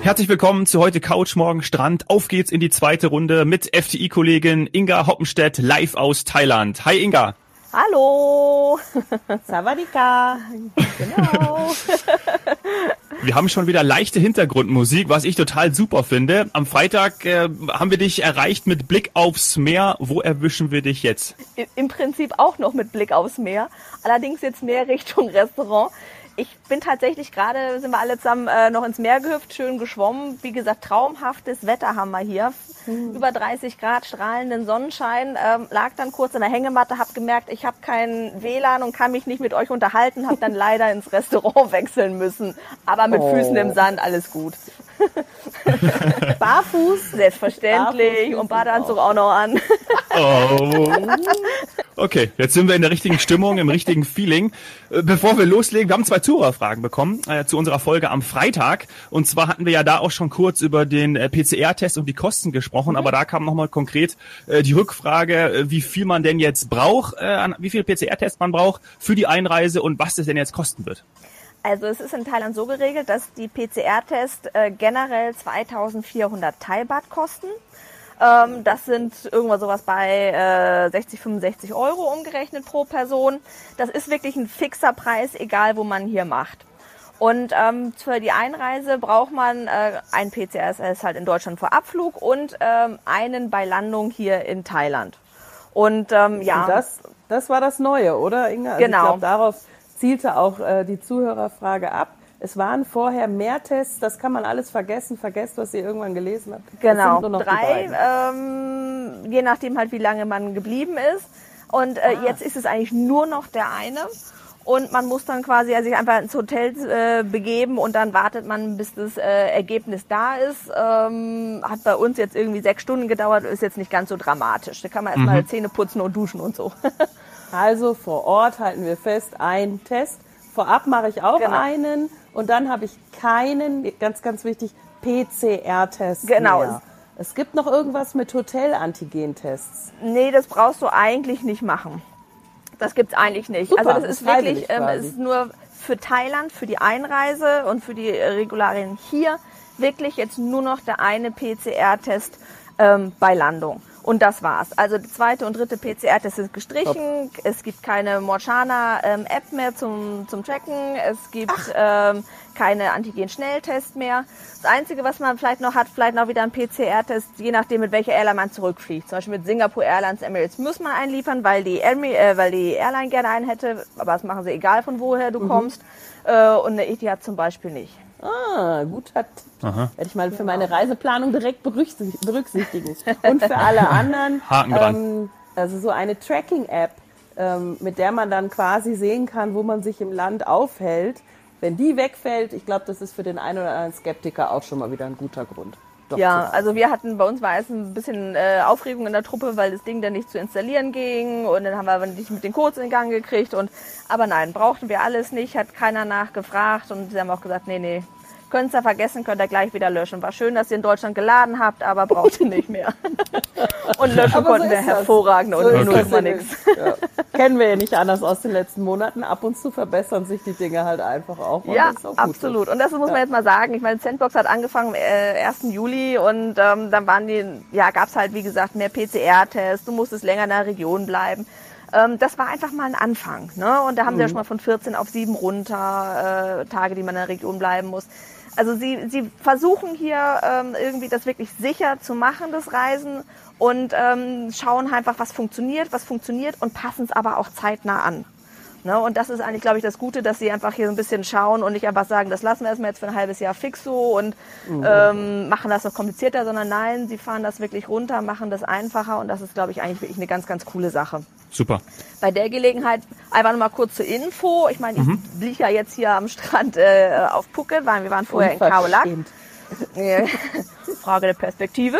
Herzlich willkommen zu heute Couch, morgen Strand. Auf geht's in die zweite Runde mit FTI-Kollegin Inga Hoppenstedt live aus Thailand. Hi Inga. Hallo. Sawadika. Genau. Wir haben schon wieder leichte Hintergrundmusik, was ich total super finde. Am Freitag haben wir dich erreicht mit Blick aufs Meer. Wo erwischen wir dich jetzt? Im Prinzip auch noch mit Blick aufs Meer. Allerdings jetzt mehr Richtung Restaurant. Ich bin tatsächlich gerade, sind wir alle zusammen noch ins Meer gehüpft, schön geschwommen. Wie gesagt, traumhaftes Wetter haben wir hier. Über 30 Grad, strahlenden Sonnenschein. Lag dann kurz in der Hängematte, habe gemerkt, ich habe kein WLAN und kann mich nicht mit euch unterhalten. Habe dann leider ins Restaurant wechseln müssen. Aber mit Füßen im Sand, alles gut. Barfuß? Selbstverständlich. Barfuß und Badeanzug auch noch an. Oh. Okay, jetzt sind wir in der richtigen Stimmung, im richtigen Feeling. Bevor wir loslegen, wir haben 2 Zuhörerfragen bekommen zu unserer Folge am Freitag. Und zwar hatten wir ja da auch schon kurz über den PCR-Test und die Kosten gesprochen. Aber da kam nochmal konkret die Rückfrage, wie viel man denn jetzt braucht, wie viel PCR-Test man braucht für die Einreise und was das denn jetzt kosten wird. Also es ist in Thailand so geregelt, dass die PCR-Tests generell 2.400 Thai-Baht kosten. Das sind irgendwas sowas bei 60, 65 Euro umgerechnet pro Person. Das ist wirklich ein fixer Preis, egal wo man hier macht. Und für die Einreise braucht man einen PCR-Test halt in Deutschland vor Abflug und einen bei Landung hier in Thailand. Und ja. Und das war das Neue, oder Inga? Also genau. Ich glaube, darauf zielte auch die Zuhörerfrage ab. Es waren vorher mehr Tests, das kann man alles vergessen. Vergesst, was ihr irgendwann gelesen habt. Genau, 3, je nachdem halt, wie lange man geblieben ist. Und jetzt ist es eigentlich nur noch der eine. Und man muss dann quasi sich einfach ins Hotel begeben und dann wartet man, bis das Ergebnis da ist. Hat bei uns jetzt irgendwie 6 Stunden gedauert, ist jetzt nicht ganz so dramatisch. Da kann man erstmal Zähne putzen und duschen und so. Also vor Ort halten wir fest, ein Test. Vorab mache ich auch einen und dann habe ich keinen, ganz, ganz wichtig, PCR-Test mehr. Es gibt noch irgendwas mit Hotel-Antigen-Tests. Nee, das brauchst du eigentlich nicht machen. Das gibt's eigentlich nicht. Super, also das ist wirklich, es ist nur für Thailand, für die Einreise und für die Regularien hier wirklich jetzt nur noch der eine PCR-Test bei Landung. Und das war's. Also der 2. und 3. PCR-Test ist gestrichen. Top. Es gibt keine Morchana-App mehr zum Tracken. Es gibt keine Antigen-Schnelltests mehr. Das Einzige, was man vielleicht noch hat, vielleicht noch wieder ein PCR-Test, je nachdem, mit welcher Airline man zurückfliegt. Zum Beispiel mit Singapore Airlines, Emirates muss man einliefern, weil die Airline gerne einen hätte. Aber das machen sie egal, von woher du kommst. Und eine Etihad zum Beispiel nicht. Gut hat. Werde ich mal für meine Reiseplanung direkt berücksichtigen. Und für alle anderen, Haken dran. Also so eine Tracking-App, mit der man dann quasi sehen kann, wo man sich im Land aufhält. Wenn die wegfällt, ich glaube, das ist für den einen oder anderen Skeptiker auch schon mal wieder ein guter Grund. Ja, also bei uns war es ein bisschen Aufregung in der Truppe, weil das Ding dann nicht zu installieren ging und dann haben wir aber nicht mit den Codes in Gang gekriegt aber nein, brauchten wir alles nicht, hat keiner nachgefragt und sie haben auch gesagt, nee, könnt ihr vergessen, könnt ihr gleich wieder löschen. War schön, dass ihr in Deutschland geladen habt, aber braucht ihr nicht mehr. Und löschen konnten wir hervorragend und null mal nichts. Ja. Kennen wir ja nicht anders aus den letzten Monaten. Ab und zu verbessern sich die Dinge halt einfach auch. Ja, das ist auch absolut. Und das muss man jetzt mal sagen. Ich meine, Sandbox hat angefangen am 1. Juli und dann gab's halt, wie gesagt, mehr PCR-Tests. Du musstest länger in der Region bleiben. Das war einfach mal ein Anfang. Ne? Und da haben sie ja schon mal von 14 auf 7 runter Tage, die man in der Region bleiben muss. Also sie versuchen hier irgendwie das wirklich sicher zu machen, das Reisen, und schauen einfach, was funktioniert und passen es aber auch zeitnah an. Ne? Und das ist eigentlich, glaube ich, das Gute, dass sie einfach hier so ein bisschen schauen und nicht einfach sagen, das lassen wir erstmal jetzt für ein halbes Jahr fix so und machen das noch komplizierter, sondern nein, sie fahren das wirklich runter, machen das einfacher und das ist, glaube ich, eigentlich wirklich eine ganz, ganz coole Sache. Super. Bei der Gelegenheit einfach noch mal kurz zur Info. Ich meine, ich liege ja jetzt hier am Strand auf Phuket, weil wir waren vorher in Khao Lak. Frage der Perspektive.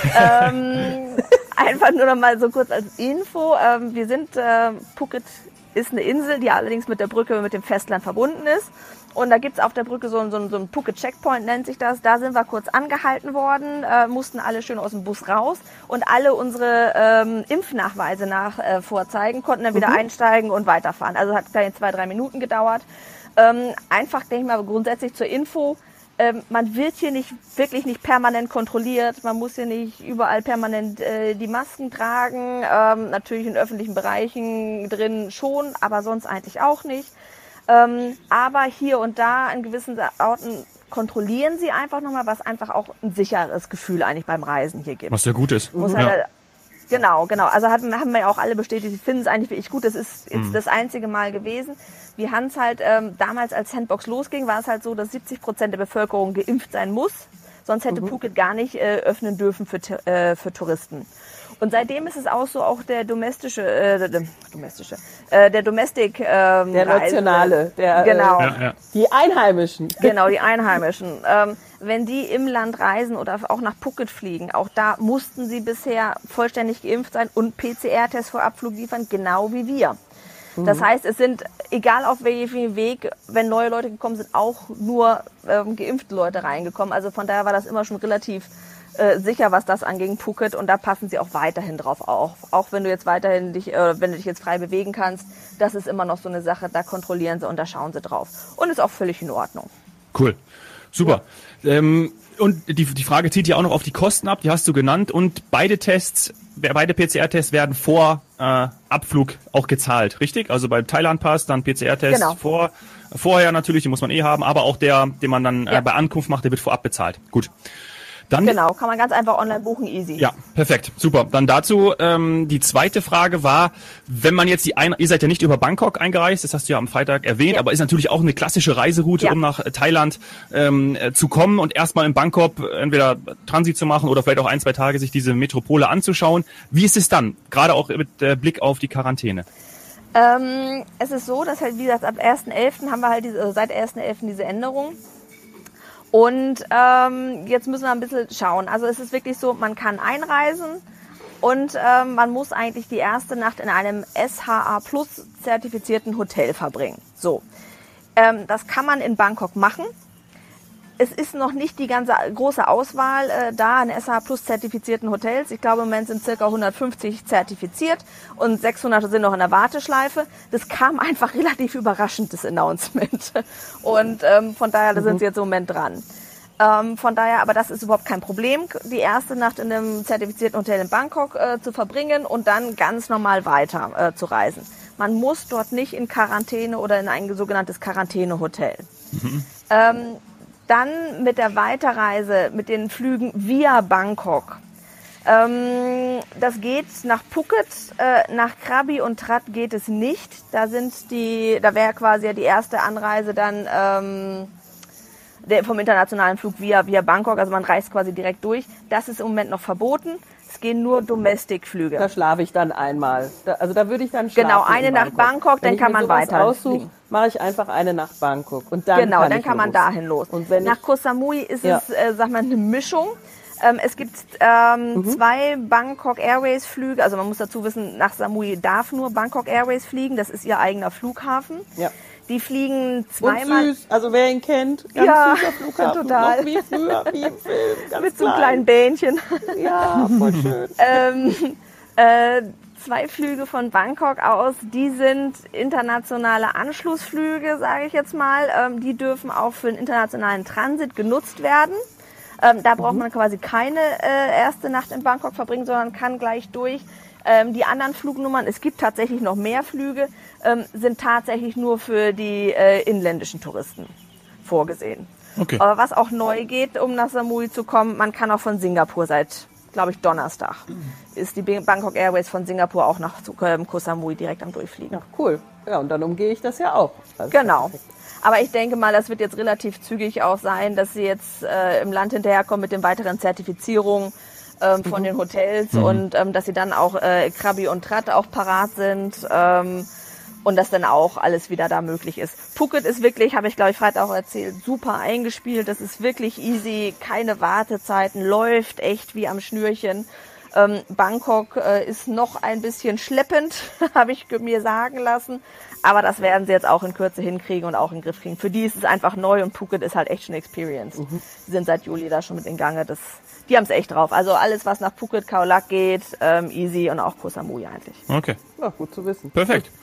Einfach nur noch mal so kurz als Info. Wir sind, Phuket ist eine Insel, die allerdings mit der Brücke mit dem Festland verbunden ist. Und da gibt's auf der Brücke so ein Phuket Checkpoint, nennt sich das. Da sind wir kurz angehalten worden, mussten alle schön aus dem Bus raus und alle unsere Impfnachweise vorzeigen, konnten dann wieder einsteigen und weiterfahren. Also hat da jetzt 2-3 Minuten gedauert. Einfach, denke ich mal, grundsätzlich zur Info, man wird hier wirklich nicht permanent kontrolliert. Man muss hier nicht überall permanent die Masken tragen. Natürlich in öffentlichen Bereichen drin schon, aber sonst eigentlich auch nicht. Aber hier und da in gewissen Orten kontrollieren sie einfach nochmal, was einfach auch ein sicheres Gefühl eigentlich beim Reisen hier gibt. Was ja gut ist. Genau. Also haben wir ja auch alle bestätigt, sie finden es eigentlich wirklich gut. Das ist jetzt das einzige Mal gewesen. Wir haben es halt, damals als Sandbox losging, war es halt so, dass 70% der Bevölkerung geimpft sein muss. Sonst hätte Phuket gar nicht öffnen dürfen für Touristen. Und seitdem ist es auch so, auch der Domestic, der nationale, genau. Die Einheimischen. Genau, die Einheimischen. Wenn die im Land reisen oder auch nach Phuket fliegen, auch da mussten sie bisher vollständig geimpft sein und PCR-Test vor Abflug liefern, genau wie wir. Das heißt, es sind, egal auf welchem Weg, wenn neue Leute gekommen sind, auch nur geimpfte Leute reingekommen. Also von daher war das immer schon relativ sicher, was das angeht, Phuket, und da passen sie auch weiterhin drauf auf. Auch wenn du jetzt weiterhin wenn du dich jetzt frei bewegen kannst, das ist immer noch so eine Sache, da kontrollieren sie und da schauen sie drauf. Und ist auch völlig in Ordnung. Cool. Super. Ja. Und die Frage zieht ja auch noch auf die Kosten ab, die hast du genannt, und beide PCR-Tests werden vor Abflug auch gezahlt, richtig? Also beim Thailand-Pass dann PCR-Test vorher natürlich, den muss man haben, aber auch der, den man dann bei Ankunft macht, der wird vorab bezahlt. Gut. Dann, genau, kann man ganz einfach online buchen, easy. Ja, perfekt, super. Dann dazu, die zweite Frage war, wenn man jetzt ihr seid ja nicht über Bangkok eingereist, das hast du ja am Freitag erwähnt, aber ist natürlich auch eine klassische Reiseroute, um nach Thailand zu kommen und erstmal in Bangkok entweder Transit zu machen oder vielleicht auch 1-2 Tage sich diese Metropole anzuschauen. Wie ist es dann, gerade auch mit Blick auf die Quarantäne? Es ist so, dass halt, wie gesagt, ab 1.11. haben wir halt seit 1.11. diese Änderung. Und jetzt müssen wir ein bisschen schauen. Also es ist wirklich so, man kann einreisen und man muss eigentlich die erste Nacht in einem SHA Plus zertifizierten Hotel verbringen. So, das kann man in Bangkok machen. Es ist noch nicht die ganze große Auswahl da an SHA Plus zertifizierten Hotels. Ich glaube, im Moment sind ca. 150 zertifiziert und 600 sind noch in der Warteschleife. Das kam einfach relativ überraschend, das Announcement. Und von daher, da sind sie jetzt im Moment dran. Von daher, aber das ist überhaupt kein Problem, die erste Nacht in einem zertifizierten Hotel in Bangkok zu verbringen und dann ganz normal weiter zu reisen. Man muss dort nicht in Quarantäne oder in ein sogenanntes Quarantänehotel. Dann mit der Weiterreise, mit den Flügen via Bangkok. Das geht nach Phuket, nach Krabi und Trat geht es nicht. Da wäre quasi ja die erste Anreise dann vom internationalen Flug via Bangkok. Also man reist quasi direkt durch. Das ist im Moment noch verboten. Es gehen nur Domestic-Flüge. Da schlafe ich dann einmal. Da würde ich dann schlafen. Genau, eine nach Bangkok, dann kann man weiter. Mache ich einfach eine nach Bangkok. Und dann dann kann man dahin los. Und nach Koh Samui ist es, sag mal, eine Mischung. Es gibt 2 Bangkok Airways Flüge. Also man muss dazu wissen, nach Samui darf nur Bangkok Airways fliegen. Das ist ihr eigener Flughafen. Ja. Die fliegen zweimal. Und süß, also wer ihn kennt, ganz süßer Flughafen. Total. Noch wie früher, wie im Film. Ganz mit so einem kleinen Bähnchen. Ja, voll schön. 2 Flüge von Bangkok aus, die sind internationale Anschlussflüge, sage ich jetzt mal. Die dürfen auch für den internationalen Transit genutzt werden. Da braucht man quasi keine erste Nacht in Bangkok verbringen, sondern kann gleich durch. Die anderen Flugnummern, es gibt tatsächlich noch mehr Flüge, sind tatsächlich nur für die inländischen Touristen vorgesehen. Okay. Aber was auch neu geht, um nach Samui zu kommen, man kann auch von Singapur seit, glaube ich, Donnerstag, ist die Bangkok Airways von Singapur auch nach Koh Samui direkt am Durchfliegen. Ja, cool. Ja, und dann umgehe ich das ja auch. Also genau. Aber ich denke mal, das wird jetzt relativ zügig auch sein, dass sie jetzt im Land hinterherkommen mit den weiteren Zertifizierungen von den Hotels und dass sie dann auch Krabi und Trat auch parat sind und dass dann auch alles wieder da möglich ist. Phuket ist wirklich, habe ich glaube ich Freitag auch erzählt, super eingespielt. Das ist wirklich easy, keine Wartezeiten, läuft echt wie am Schnürchen. Bangkok ist noch ein bisschen schleppend, habe ich mir sagen lassen. Aber das werden sie jetzt auch in Kürze hinkriegen und auch in den Griff kriegen. Für die ist es einfach neu und Phuket ist halt echt schon Experience. Die sind seit Juli da schon mit in Gange. Die haben es echt drauf. Also alles, was nach Phuket, Khao Lak geht, easy und auch Koh Samui eigentlich. Okay. Ja, gut zu wissen. Perfekt.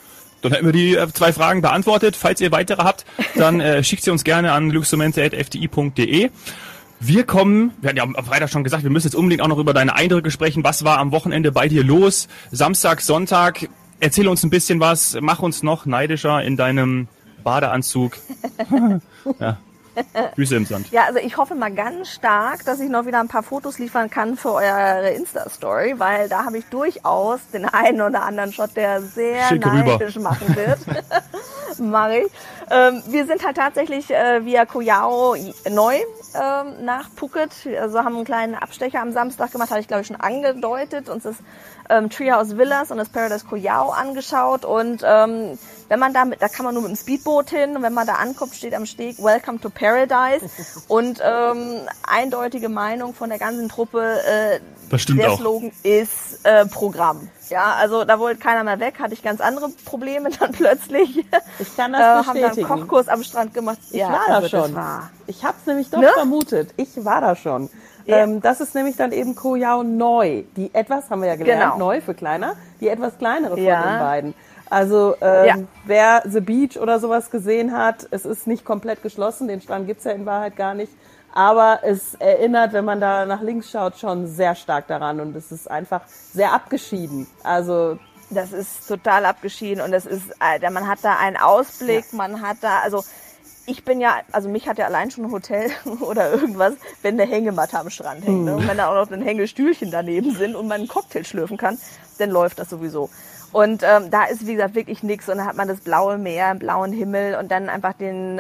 dann hätten wir die 2 Fragen beantwortet. Falls ihr weitere habt, dann schickt sie uns gerne an luxumente@fdi.de. Wir hatten ja am Freitag schon gesagt, wir müssen jetzt unbedingt auch noch über deine Eindrücke sprechen. Was war am Wochenende bei dir los? Samstag, Sonntag. Erzähl uns ein bisschen was. Mach uns noch neidischer in deinem Badeanzug. Ja. Füße im Sand. Ja, also ich hoffe mal ganz stark, dass ich noch wieder ein paar Fotos liefern kann für eure Insta-Story, weil da habe ich durchaus den einen oder anderen Shot, der sehr neidisch machen wird. Mache ich. Wir sind halt tatsächlich via Callao neu nach Phuket. Also haben einen kleinen Abstecher am Samstag gemacht, hatte ich glaube ich schon angedeutet. Uns das Treehouse Villas und das Paradise Callao angeschaut und wenn man da kann man nur mit dem Speedboot hin und wenn man da ankommt, steht am Steg Welcome to Paradise und eindeutige Meinung von der ganzen Truppe, das stimmt der auch. Slogan ist Programm. Ja, also da wollte keiner mehr weg, hatte ich ganz andere Probleme dann plötzlich. Ich kann das bestätigen. Haben dann einen Kochkurs am Strand gemacht. Ich war da schon. Ich habe es nämlich doch vermutet. Ich war da schon. Ja. Das ist nämlich dann eben Callao neu. Die etwas, haben wir ja gelernt, neu für kleiner, die etwas kleinere von den beiden. Also wer The Beach oder sowas gesehen hat, es ist nicht komplett geschlossen, den Strand gibt's ja in Wahrheit gar nicht. Aber es erinnert, wenn man da nach links schaut, schon sehr stark daran und es ist einfach sehr abgeschieden. Also das ist total abgeschieden und es ist, man hat da einen Ausblick, man hat da, also mich hat ja allein schon ein Hotel oder irgendwas, wenn eine Hängematte am Strand hängt. Ne? Und wenn da auch noch ein Hängestühlchen daneben sind und man einen Cocktail schlürfen kann, dann läuft das sowieso. Und da ist, wie gesagt, wirklich nichts. Und dann hat man das blaue Meer, einen blauen Himmel und dann einfach den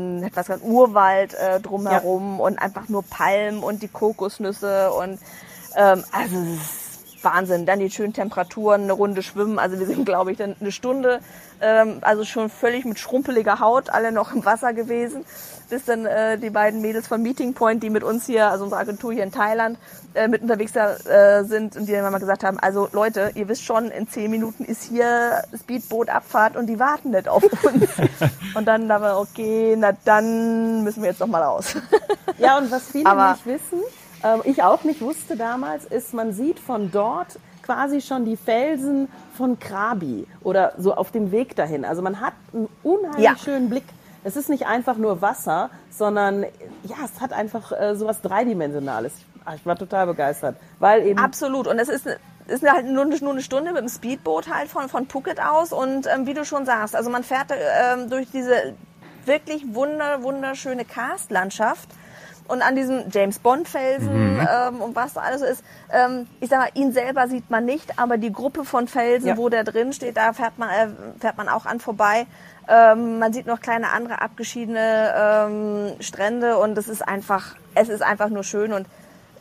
Urwald drumherum und einfach nur Palmen und die Kokosnüsse. Und also es ist Wahnsinn. Dann die schönen Temperaturen, eine Runde schwimmen. Also wir sind, glaube ich, dann eine Stunde, also schon völlig mit schrumpeliger Haut, alle noch im Wasser gewesen. Bis dann die beiden Mädels von Meeting Point, die mit uns hier, also unsere Agentur hier in Thailand, mit unterwegs sind und die dann mal gesagt haben, also Leute, ihr wisst schon, in 10 Minuten ist hier Speedboot-Abfahrt und die warten nicht auf uns. Und dann da war okay, na dann müssen wir jetzt noch mal raus. Ja, und was viele nicht wissen, ich auch nicht wusste damals, ist, man sieht von dort quasi schon die Felsen von Krabi oder so auf dem Weg dahin. Also man hat einen unheimlich schönen Blick. Es ist nicht einfach nur Wasser, sondern es hat einfach sowas Dreidimensionales. Ich war total begeistert, weil eben absolut. Und es ist halt nur eine Stunde mit dem Speedboot halt von Phuket aus und wie du schon sagst, also man fährt durch diese wirklich wunderschöne Karstlandschaft. Und an diesem James-Bond-Felsen und was da alles so ist, ich sag mal, ihn selber sieht man nicht, aber die Gruppe von Felsen, wo der drin steht, da fährt man auch an vorbei. Man sieht noch kleine andere abgeschiedene Strände und es ist einfach nur schön und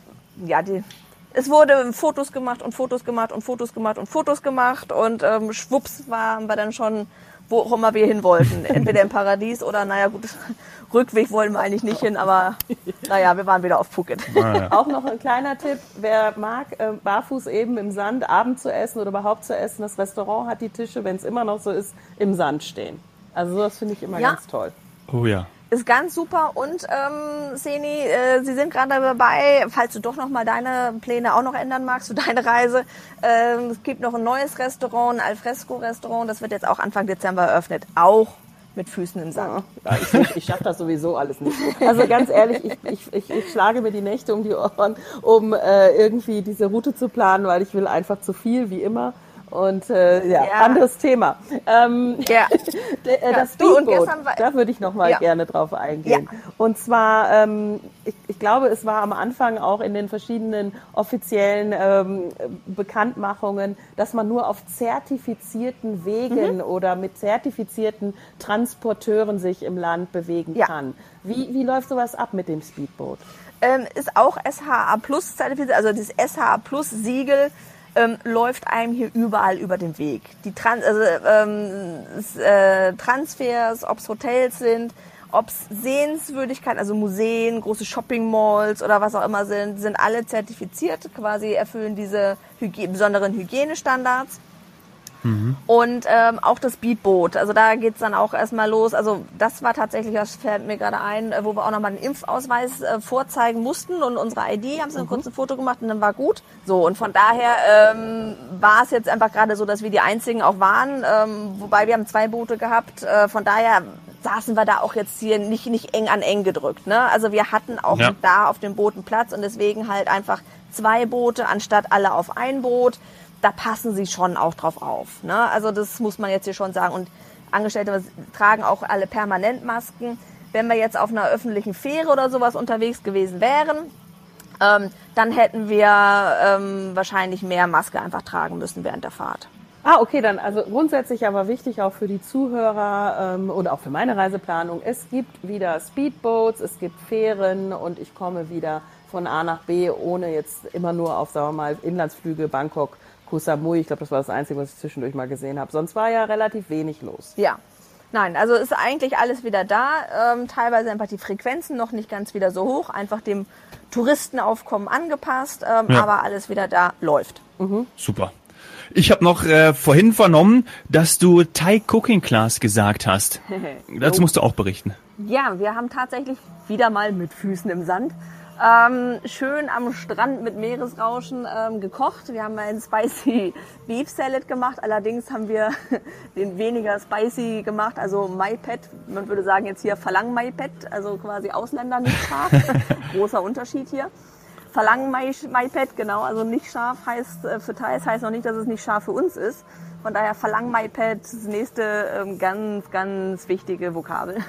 ja, es wurde Fotos gemacht und Fotos gemacht und Fotos gemacht und Fotos gemacht und schwupps waren wir dann schon, wo auch immer wir hin wollten. Entweder im Paradies oder, naja gut, Rückweg wollen wir eigentlich nicht hin, aber naja, wir waren wieder auf Phuket. Ja. Auch noch ein kleiner Tipp, wer mag, barfuß eben im Sand Abend zu essen oder überhaupt zu essen, das Restaurant hat die Tische, wenn es immer noch so ist, im Sand stehen. Also sowas finde ich immer ganz toll. Oh ja. Ist ganz super und Seni, Sie sind gerade dabei, falls du doch noch mal deine Pläne auch noch ändern magst für deine Reise. Es gibt noch ein neues Restaurant, ein Alfresco-Restaurant, das wird jetzt auch Anfang Dezember eröffnet, auch mit Füßen im Sand. Ja, ich schaffe das sowieso alles nicht. Also ganz ehrlich, ich schlage mir die Nächte um die Ohren, um irgendwie diese Route zu planen, weil ich will einfach zu viel, wie immer. Und anderes Thema. Das Speedboot, da würde ich noch mal gerne drauf eingehen. Ja. Und zwar, ich glaube, es war am Anfang auch in den verschiedenen offiziellen Bekanntmachungen, dass man nur auf zertifizierten Wegen oder mit zertifizierten Transporteuren sich im Land bewegen kann. Wie läuft sowas ab mit dem Speedboot? Ist auch SHA Plus zertifiziert, also das SHA Plus Siegel läuft einem hier überall über den Weg. Die Transfers, ob es Hotels sind, ob es Sehenswürdigkeiten, also Museen, große Shopping-Malls oder was auch immer sind alle zertifiziert, quasi erfüllen diese besonderen Hygienestandards. Und auch das Speedboot, also da geht's dann auch erstmal los. Also das war tatsächlich, das fällt mir gerade ein, wo wir auch nochmal einen Impfausweis vorzeigen mussten und unsere ID, haben sie kurz ein Foto gemacht und dann war gut. So, und von daher war es jetzt einfach gerade so, dass wir die einzigen auch waren, wobei wir haben 2 Boote gehabt, von daher saßen wir da auch jetzt hier nicht eng an eng gedrückt. Ne? Also wir hatten auch da auf den Booten Platz und deswegen halt einfach 2 Boote anstatt alle auf ein Boot. Da passen sie schon auch drauf auf. Ne? Also das muss man jetzt hier schon sagen. Und Angestellte tragen auch alle permanent Masken. Wenn wir jetzt auf einer öffentlichen Fähre oder sowas unterwegs gewesen wären, dann hätten wir wahrscheinlich mehr Maske einfach tragen müssen während der Fahrt. Ah, okay, dann also grundsätzlich aber wichtig auch für die Zuhörer und auch für meine Reiseplanung. Es gibt wieder Speedboats, es gibt Fähren und ich komme wieder von A nach B, ohne jetzt immer nur auf, sagen wir mal, Inlandsflüge, Bangkok, Koh Samui. Ich glaube, das war das Einzige, was ich zwischendurch mal gesehen habe. Sonst war ja relativ wenig los. Ja. Nein, also ist eigentlich alles wieder da. Teilweise einfach die Frequenzen noch nicht ganz wieder so hoch, einfach dem Touristenaufkommen angepasst, aber alles wieder da, läuft. Super. Ich habe noch vorhin vernommen, dass du Thai Cooking Class gesagt hast. Dazu musst du auch berichten. Ja, wir haben tatsächlich wieder mal mit Füßen im Sand schön am Strand mit Meeresrauschen gekocht. Wir haben einen Spicy Beef Salad gemacht. Allerdings haben wir den weniger spicy gemacht, also Mai Pet. Man würde sagen jetzt hier Falang Mai Pet, also quasi Ausländer, nicht scharf. Großer Unterschied hier. Falang Mai Pet, genau, also nicht scharf heißt für Thais, heißt noch nicht, dass es nicht scharf für uns ist. Von daher Falang Mai Pet, das nächste ganz, ganz wichtige Vokabel.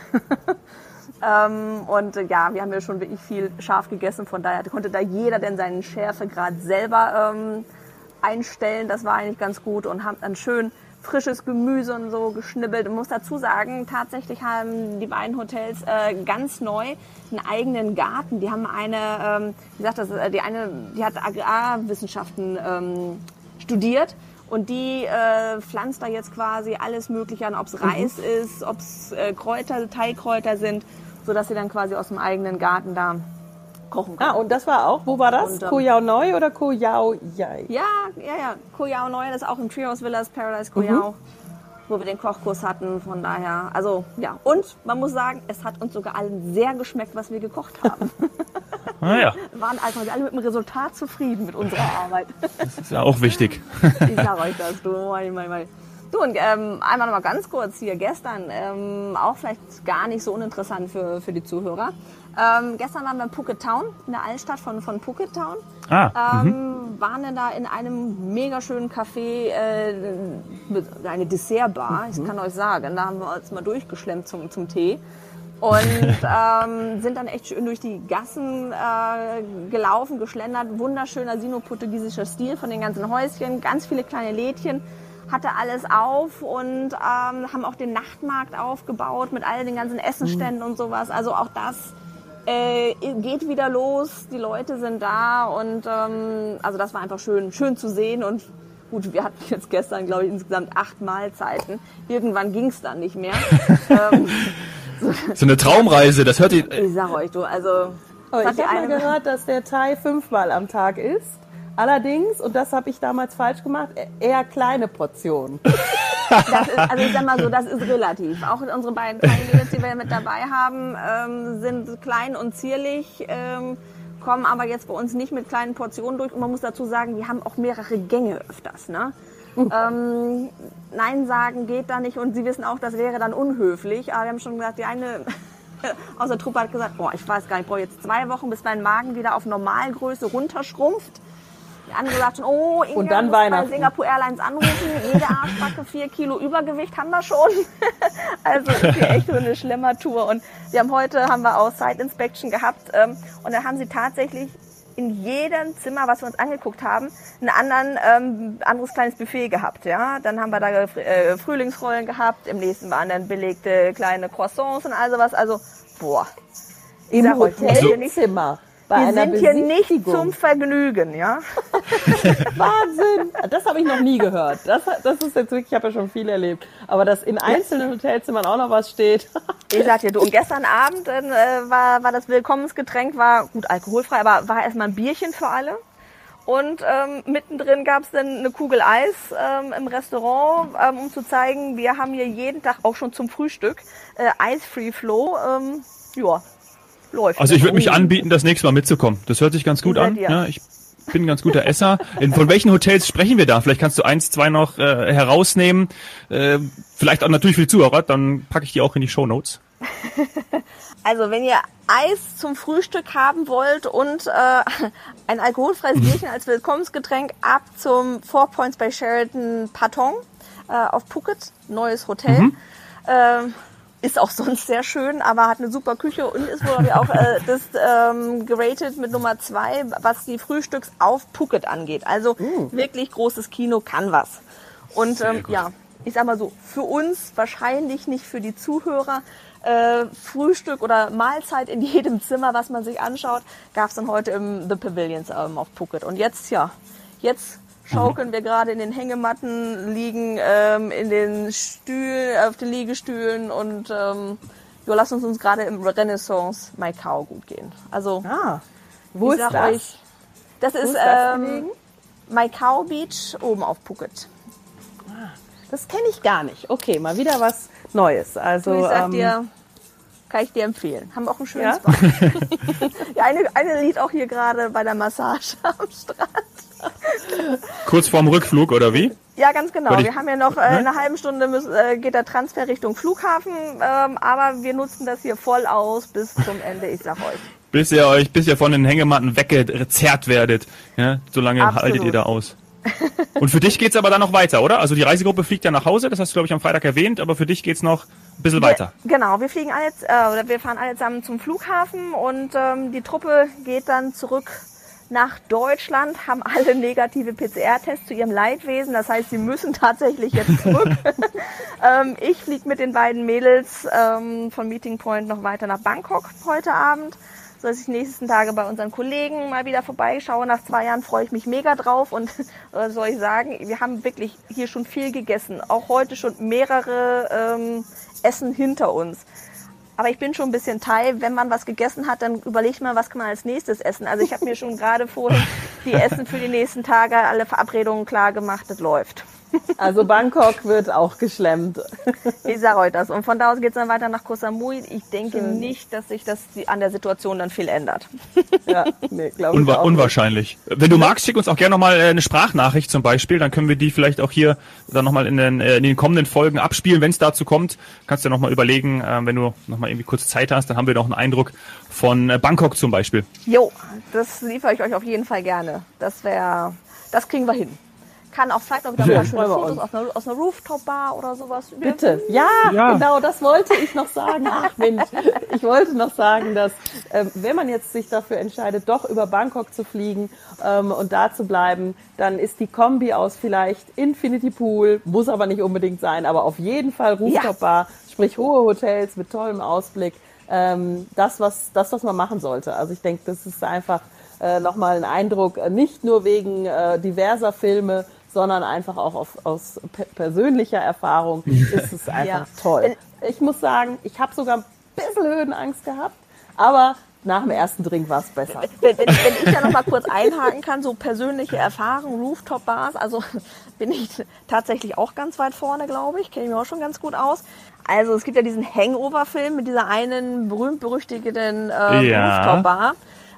Und ja, wir haben ja schon wirklich viel scharf gegessen, von daher konnte da jeder denn seinen Schärfegrad selber einstellen. Das war eigentlich ganz gut und haben dann schön frisches Gemüse und so geschnibbelt. Und muss dazu sagen, tatsächlich haben die beiden Hotels ganz neu einen eigenen Garten. Die haben eine, wie gesagt, die hat Agrarwissenschaften studiert. Und die pflanzt da jetzt quasi alles Mögliche an, ob es Reis ist, ob es Kräuter, Thai-Kräuter sind, sodass sie dann quasi aus dem eigenen Garten da kochen kann. Ah, und das war auch, wo war das? Und, Koh Yao Noi oder Koh Yao Yai? Ja. Koh Yao Noi, das ist auch im Treehouse Villas Paradise Koh Yao, wo wir den Kochkurs hatten. Von daher, also ja. Und man muss sagen, es hat uns sogar allen sehr geschmeckt, was wir gekocht haben. Ja. Wir waren also alle mit dem Resultat zufrieden mit unserer Arbeit. Das ist ja auch wichtig. Ich sag euch das, du. Du, und einmal noch mal ganz kurz hier gestern, auch vielleicht gar nicht so uninteressant für die Zuhörer. Gestern waren wir in Phuket Town, in der Altstadt von Phuket Town. Waren dann da in einem mega schönen Café, eine Dessertbar, ich kann euch sagen. Da haben wir uns mal durchgeschlemmt zum Tee. Und sind dann echt schön durch die Gassen gelaufen, geschlendert. Wunderschöner sino-portugiesischer Stil von den ganzen Häuschen, ganz viele kleine Lädchen. Hatte alles auf und haben auch den Nachtmarkt aufgebaut mit all den ganzen Essenständen und sowas. Also auch das geht wieder los, die Leute sind da und also das war einfach schön zu sehen. Und gut, wir hatten jetzt gestern, glaube ich, insgesamt 8 Mahlzeiten. Irgendwann ging es dann nicht mehr. So eine Traumreise, das hört ihr. Ich sag euch, du, also... Aber ich habe mal gehört, dass der Thai 5-mal am Tag isst. Allerdings, und das habe ich damals falsch gemacht, eher kleine Portionen. Also ich sag mal so, das ist relativ. Auch unsere beiden Thai-Mädels, die wir mit dabei haben, sind klein und zierlich, kommen aber jetzt bei uns nicht mit kleinen Portionen durch. Und man muss dazu sagen, wir haben auch mehrere Gänge öfters, ne? Nein sagen geht da nicht und sie wissen auch, das wäre dann unhöflich. Aber wir haben schon gesagt, die eine aus der Truppe hat gesagt, boah, ich weiß gar nicht, ich brauche jetzt 2 Wochen, bis mein Magen wieder auf Normalgröße runterschrumpft. Die andere sagt schon, oh, Inga, und dann muss bei Singapore Airlines anrufen, jede Arschbacke 4 Kilo Übergewicht haben wir schon. Also ist hier echt so eine Schlemmertour. Und haben wir auch Site Inspection gehabt und da haben sie tatsächlich in jedem Zimmer, was wir uns angeguckt haben, ein anderes kleines Buffet gehabt. Ja? Dann haben wir da Frühlingsrollen gehabt, im nächsten waren dann belegte kleine Croissants und all sowas. Also, boah. Im Hotelzimmer. Wir sind hier nicht zum Vergnügen, ja? Wahnsinn! Das habe ich noch nie gehört. Das ist jetzt wirklich, ich habe ja schon viel erlebt. Aber dass in einzelnen Hotelzimmern auch noch was steht. Ich sag dir, du, und gestern Abend war das Willkommensgetränk, war gut alkoholfrei, aber war erstmal ein Bierchen für alle. Und mittendrin gab es dann eine Kugel Eis im Restaurant, um zu zeigen, wir haben hier jeden Tag auch schon zum Frühstück Ice Free Flow. Ja, läuft. Also ich würde mich anbieten, das nächste Mal mitzukommen. Das hört sich ganz gut an. Ja, ich bin ein ganz guter Esser. Von welchen Hotels sprechen wir da? Vielleicht kannst du 1, 2 noch herausnehmen. Vielleicht auch natürlich für die Zuhörer, dann packe ich die auch in die Shownotes. Also wenn ihr Eis zum Frühstück haben wollt und ein alkoholfreies Bierchen als Willkommensgetränk, ab zum 4 Points bei Sheraton Patong auf Phuket, neues Hotel. Ist auch sonst sehr schön, aber hat eine super Küche und ist wohl auch geratet mit Nummer 2, was die Frühstücks auf Phuket angeht. Also wirklich großes Kino, kann was. Und ja, ich sag mal so, für uns wahrscheinlich nicht, für die Zuhörer. Frühstück oder Mahlzeit in jedem Zimmer, was man sich anschaut, gab es dann heute im The Pavilions auf Phuket. Und jetzt schaukeln wir gerade in den Hängematten, liegen in den Stühlen, auf den Liegestühlen und lassen uns gerade im Renaissance Macau gut gehen. Also, wo ist das? Das ist Macau Beach oben auf Phuket. Das kenne ich gar nicht. Okay, mal wieder was Neues. Also, kann ich dir empfehlen. Haben auch einen schönen Spot. Ja, eine liegt auch hier gerade bei der Massage am Strand. Kurz vorm Rückflug, oder wie? Ja, ganz genau. Wir haben ja noch eine halbe Stunde, geht der Transfer Richtung Flughafen, aber wir nutzen das hier voll aus bis zum Ende, ich sag euch. Bis ihr von den Hängematten weggezerrt werdet. Ja, so lange haltet ihr da aus. Und für dich geht's aber dann noch weiter, oder? Also die Reisegruppe fliegt ja nach Hause, das hast du, glaube ich, am Freitag erwähnt, aber für dich geht's noch ein bisschen weiter. Genau, wir fahren alle zusammen zum Flughafen und die Truppe geht dann zurück nach Deutschland, haben alle negative PCR-Tests zu ihrem Leidwesen, das heißt, sie müssen tatsächlich jetzt zurück. Ich fliege mit den beiden Mädels von Meeting Point noch weiter nach Bangkok heute Abend, sodass ich nächsten Tage bei unseren Kollegen mal wieder vorbeischaue. Nach 2 Jahren freue ich mich mega drauf und was soll ich sagen, wir haben wirklich hier schon viel gegessen. Auch heute schon mehrere Essen hinter uns. Aber ich bin schon ein bisschen Thai. Wenn man was gegessen hat, dann überlegt man, was kann man als nächstes essen. Also ich habe mir schon gerade vorhin die Essen für die nächsten Tage, alle Verabredungen klar gemacht. Das läuft. Also Bangkok wird auch geschlemmt. Ich sage euch das. Und von da aus geht es dann weiter nach Koh Samui. Ich denke nicht, dass sich das an der Situation dann viel ändert. Ja, nee, glaube ich auch unwahrscheinlich. Nicht. Wenn du magst, schick uns auch gerne nochmal eine Sprachnachricht zum Beispiel. Dann können wir die vielleicht auch hier dann nochmal in den kommenden Folgen abspielen. Wenn es dazu kommt, kannst du nochmal überlegen, wenn du nochmal irgendwie kurz Zeit hast, dann haben wir noch einen Eindruck von Bangkok zum Beispiel. Jo, das liefere ich euch auf jeden Fall gerne. Das kriegen wir hin. Kann auch vielleicht noch wieder ein paar schöne Fotos aus einer Rooftop-Bar oder sowas. Bitte. Ja, genau, das wollte ich noch sagen. Ach Mensch, ich wollte noch sagen, dass wenn man jetzt sich dafür entscheidet, doch über Bangkok zu fliegen und da zu bleiben, dann ist die Kombi aus vielleicht Infinity Pool, muss aber nicht unbedingt sein, aber auf jeden Fall Rooftop-Bar, sprich hohe Hotels mit tollem Ausblick, das, was man machen sollte. Also ich denke, das ist einfach nochmal ein Eindruck, nicht nur wegen diverser Filme, sondern einfach auch aus persönlicher Erfahrung ist es einfach toll. Ich muss sagen, ich habe sogar ein bisschen Höhenangst gehabt, aber nach dem ersten Drink war es besser. Wenn ich da noch mal kurz einhaken kann, so persönliche Erfahrung, Rooftop-Bars, also bin ich tatsächlich auch ganz weit vorne, glaube ich, kenne ich mich auch schon ganz gut aus. Also es gibt ja diesen Hangover-Film mit dieser einen berühmt-berüchtigten Rooftop-Bar.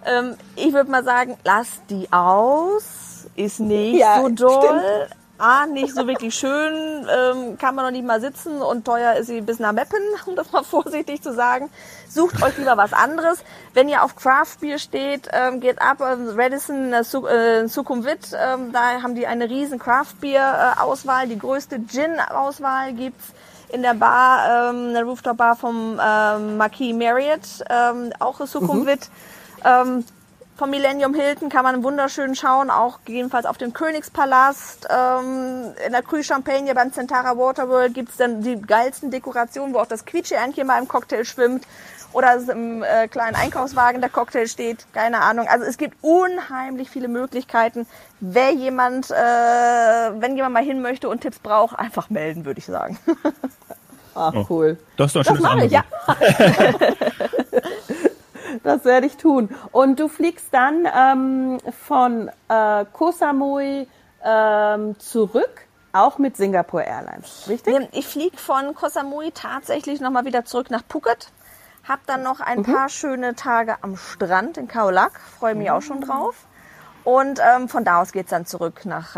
Ich würde mal sagen, lass die aus. Ist nicht so doll. Nicht so wirklich schön, kann man noch nicht mal sitzen und teuer ist sie bis nach Meppen, um das mal vorsichtig zu sagen. Sucht euch lieber was anderes. Wenn ihr auf Craft Beer steht, geht ab Radisson Sukhumvit, da haben die eine riesen Craft Beer Auswahl, die größte Gin Auswahl gibt's in der Bar, eine Rooftop Bar vom Marquis Marriott, auch Sukhumvit. Vom Millennium Hilton kann man wunderschön schauen, auch gegebenenfalls auf dem Königspalast. In der Cru Champagne beim Centara Waterworld gibt's dann die geilsten Dekorationen, wo auch das Quietsche-Entchen mal im Cocktail schwimmt oder es im kleinen Einkaufswagen der Cocktail steht, keine Ahnung. Also es gibt unheimlich viele Möglichkeiten. Wenn jemand mal hin möchte und Tipps braucht, einfach melden, würde ich sagen. Ach, cool. Das ist doch ein schönes Angebot. Ja. Das werde ich tun. Und du fliegst dann von Koh Samui zurück, auch mit Singapore Airlines, richtig? Ich fliege von Koh Samui tatsächlich nochmal wieder zurück nach Phuket. Hab dann noch ein paar schöne Tage am Strand in Khao Lak. Freue mich auch schon drauf. Und von da aus geht's dann zurück nach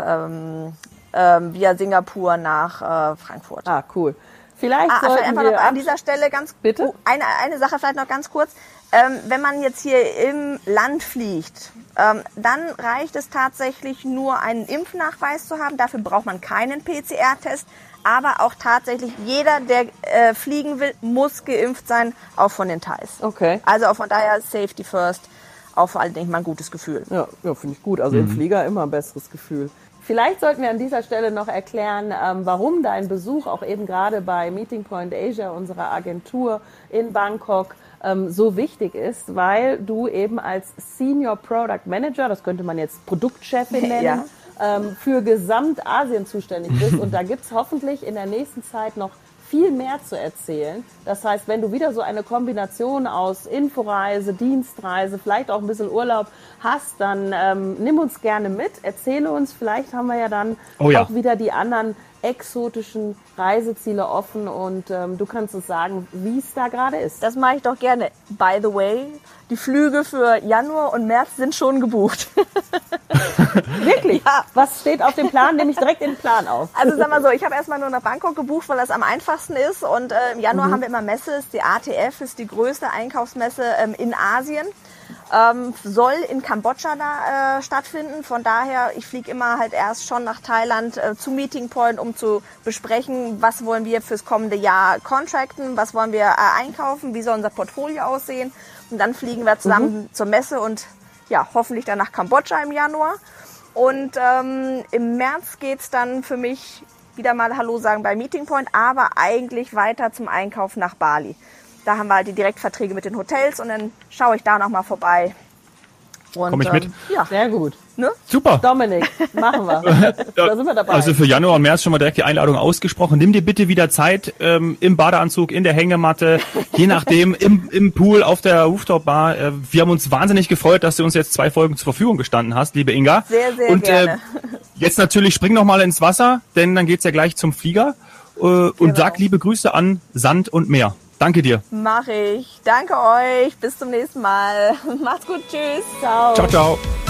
via Singapur nach Frankfurt. Ah, cool. Vielleicht sollten einfach wir noch an dieser Stelle Bitte? Eine Sache vielleicht noch ganz kurz. Wenn man jetzt hier im Land fliegt, dann reicht es tatsächlich nur, einen Impfnachweis zu haben. Dafür braucht man keinen PCR-Test. Aber auch tatsächlich jeder, der fliegen will, muss geimpft sein, auch von den Thais. Okay. Also auch von daher Safety first, auch vor allem, denke ich mal, ein gutes Gefühl. Ja, finde ich gut. Also im Flieger immer ein besseres Gefühl. Vielleicht sollten wir an dieser Stelle noch erklären, warum dein Besuch auch eben gerade bei Meeting Point Asia, unserer Agentur in Bangkok, so wichtig ist, weil du eben als Senior Product Manager, das könnte man jetzt Produktchefin nennen, für Gesamtasien zuständig bist. Und da gibt's hoffentlich in der nächsten Zeit noch viel mehr zu erzählen. Das heißt, wenn du wieder so eine Kombination aus Inforeise, Dienstreise, vielleicht auch ein bisschen Urlaub hast, dann nimm uns gerne mit, erzähle uns. Vielleicht haben wir ja dann auch wieder die anderen exotischen Reiseziele offen und du kannst uns sagen, wie es da gerade ist. Das mache ich doch gerne. By the way, die Flüge für Januar und März sind schon gebucht. Wirklich? Ja. Was steht auf dem Plan? Nehme ich direkt in den Plan auf. Also sag mal so, ich habe erstmal nur nach Bangkok gebucht, weil das am einfachsten ist. Und im Januar haben wir immer Messe, die ATF ist die größte Einkaufsmesse in Asien. Soll in Kambodscha da stattfinden. Von daher, ich fliege immer halt erst schon nach Thailand zu Meeting Point, um zu besprechen, was wollen wir fürs kommende Jahr contracten, was wollen wir einkaufen, wie soll unser Portfolio aussehen. Und dann fliegen wir zusammen zur Messe und ja, hoffentlich dann nach Kambodscha im Januar. Und im März geht's dann für mich wieder mal Hallo sagen bei Meeting Point, aber eigentlich weiter zum Einkauf nach Bali. Da haben wir halt die Direktverträge mit den Hotels und dann schaue ich da nochmal vorbei. Komme ich mit? Ja, sehr gut. Ne? Super. Dominik, machen wir. Da sind wir dabei. Also für Januar und März schon mal direkt die Einladung ausgesprochen. Nimm dir bitte wieder Zeit im Badeanzug, in der Hängematte, je nachdem, im Pool, auf der Rooftop-Bar. Wir haben uns wahnsinnig gefreut, dass du uns jetzt 2 Folgen zur Verfügung gestanden hast, liebe Inga. Sehr, sehr gerne. Jetzt natürlich spring noch mal ins Wasser, denn dann geht's ja gleich zum Flieger. Und sag liebe Grüße an Sand und Meer. Danke dir. Mach ich. Danke euch. Bis zum nächsten Mal. Macht's gut. Tschüss. Ciao. Ciao, ciao.